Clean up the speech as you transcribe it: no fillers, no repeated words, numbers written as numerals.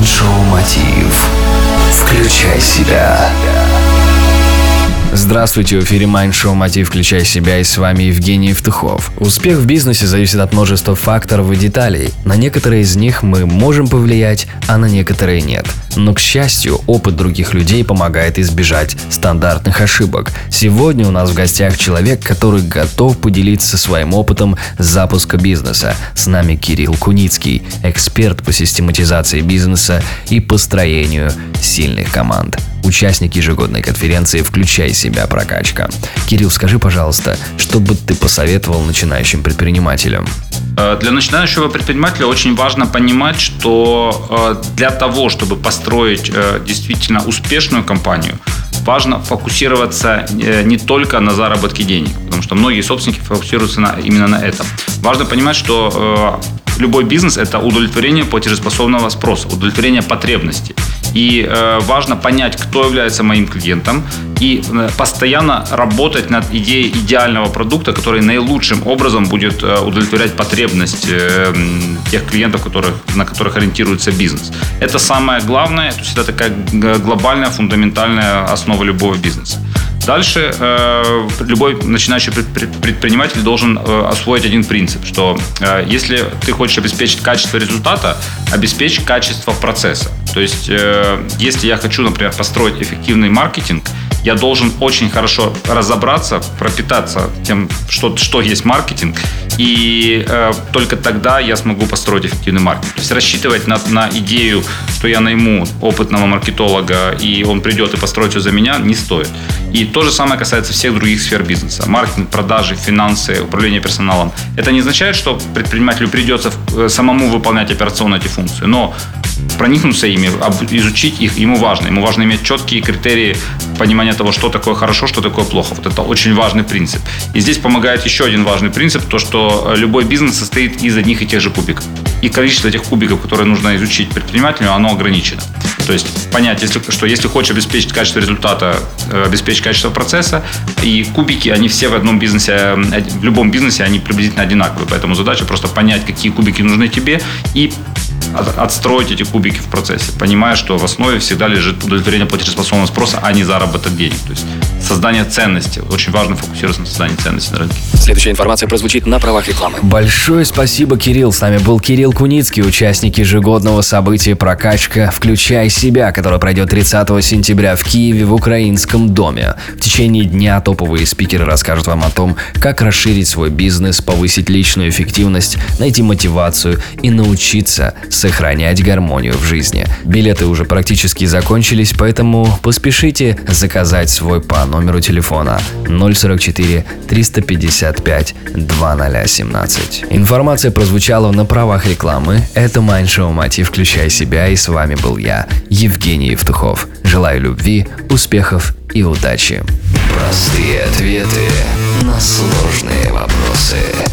Майнд-шоу «Мотив». Включай себя. Здравствуйте, в эфире Майнд-шоу «Мотив. Включай себя», и с вами Евгений Евтухов. Успех в бизнесе зависит от множества факторов и деталей. На некоторые из них мы можем повлиять, а на некоторые нет. Но, к счастью, опыт других людей помогает избежать стандартных ошибок. Сегодня у нас в гостях человек, который готов поделиться своим опытом запуска бизнеса. С нами Кирилл Куницкий, эксперт по систематизации бизнеса и построению сильных команд. Участник ежегодной конференции «Включай себя. Прокачка». Кирилл, скажи, пожалуйста, что бы ты посоветовал начинающим предпринимателям? Для начинающего предпринимателя очень важно понимать, что для того, чтобы построить действительно успешную компанию, важно фокусироваться не только на заработке денег, потому что многие собственники фокусируются именно на этом. Важно понимать, что любой бизнес – это удовлетворение платежеспособного спроса, удовлетворение потребностей. И важно понять, кто является моим клиентом, и постоянно работать над идеей идеального продукта, который наилучшим образом будет удовлетворять потребность тех клиентов, на которых ориентируется бизнес. Это самое главное, то есть это такая глобальная, фундаментальная основа любого бизнеса. Дальше любой начинающий предприниматель должен освоить один принцип, что если ты хочешь обеспечить качество результата, обеспечь качество процесса. То есть, если я хочу, например, построить эффективный маркетинг, я должен очень хорошо разобраться, пропитаться тем, что есть маркетинг, и только тогда я смогу построить эффективный маркетинг. То есть рассчитывать на идею, что я найму опытного маркетолога, и он придет и построит все за меня, не стоит. И то же самое касается всех других сфер бизнеса. Маркетинг, продажи, финансы, управление персоналом. Это не означает, что предпринимателю придется самому выполнять операционно эти функции, но проникнуться ими, изучить их, ему важно. Ему важно иметь четкие критерии понимания того, что такое хорошо, что такое плохо. Вот это очень важный принцип. И здесь помогает еще один важный принцип, то, что любой бизнес состоит из одних и тех же кубиков. И количество этих кубиков, которые нужно изучить предпринимателю, оно ограничено. То есть понять, если хочешь обеспечить качество результата, обеспечить качество процесса, и кубики, они все в любом бизнесе, они приблизительно одинаковые. Поэтому задача просто понять, какие кубики нужны тебе, и отстроить эти кубики в процессе, понимая, что в основе всегда лежит удовлетворение платежеспособного спроса, а не заработок денег. То есть создание ценности. Очень важно фокусироваться на создании ценности на рынке. Следующая информация прозвучит на правах рекламы. Большое спасибо, Кирилл. С нами был Кирилл Куницкий, участник ежегодного события «Прокачка. Включай себя», которое пройдет 30 сентября в Киеве в Украинском доме. В течение дня топовые спикеры расскажут вам о том, как расширить свой бизнес, повысить личную эффективность, найти мотивацию и научиться сохранять гармонию в жизни. Билеты уже практически закончились, поэтому поспешите заказать свой по номеру телефона 044 355 2017. Информация прозвучала на правах рекламы. Это Майнд-шоу «Мотив. Включай себя», и с вами был я, Евгений Евтухов. Желаю любви, успехов и удачи. Простые ответы на сложные вопросы.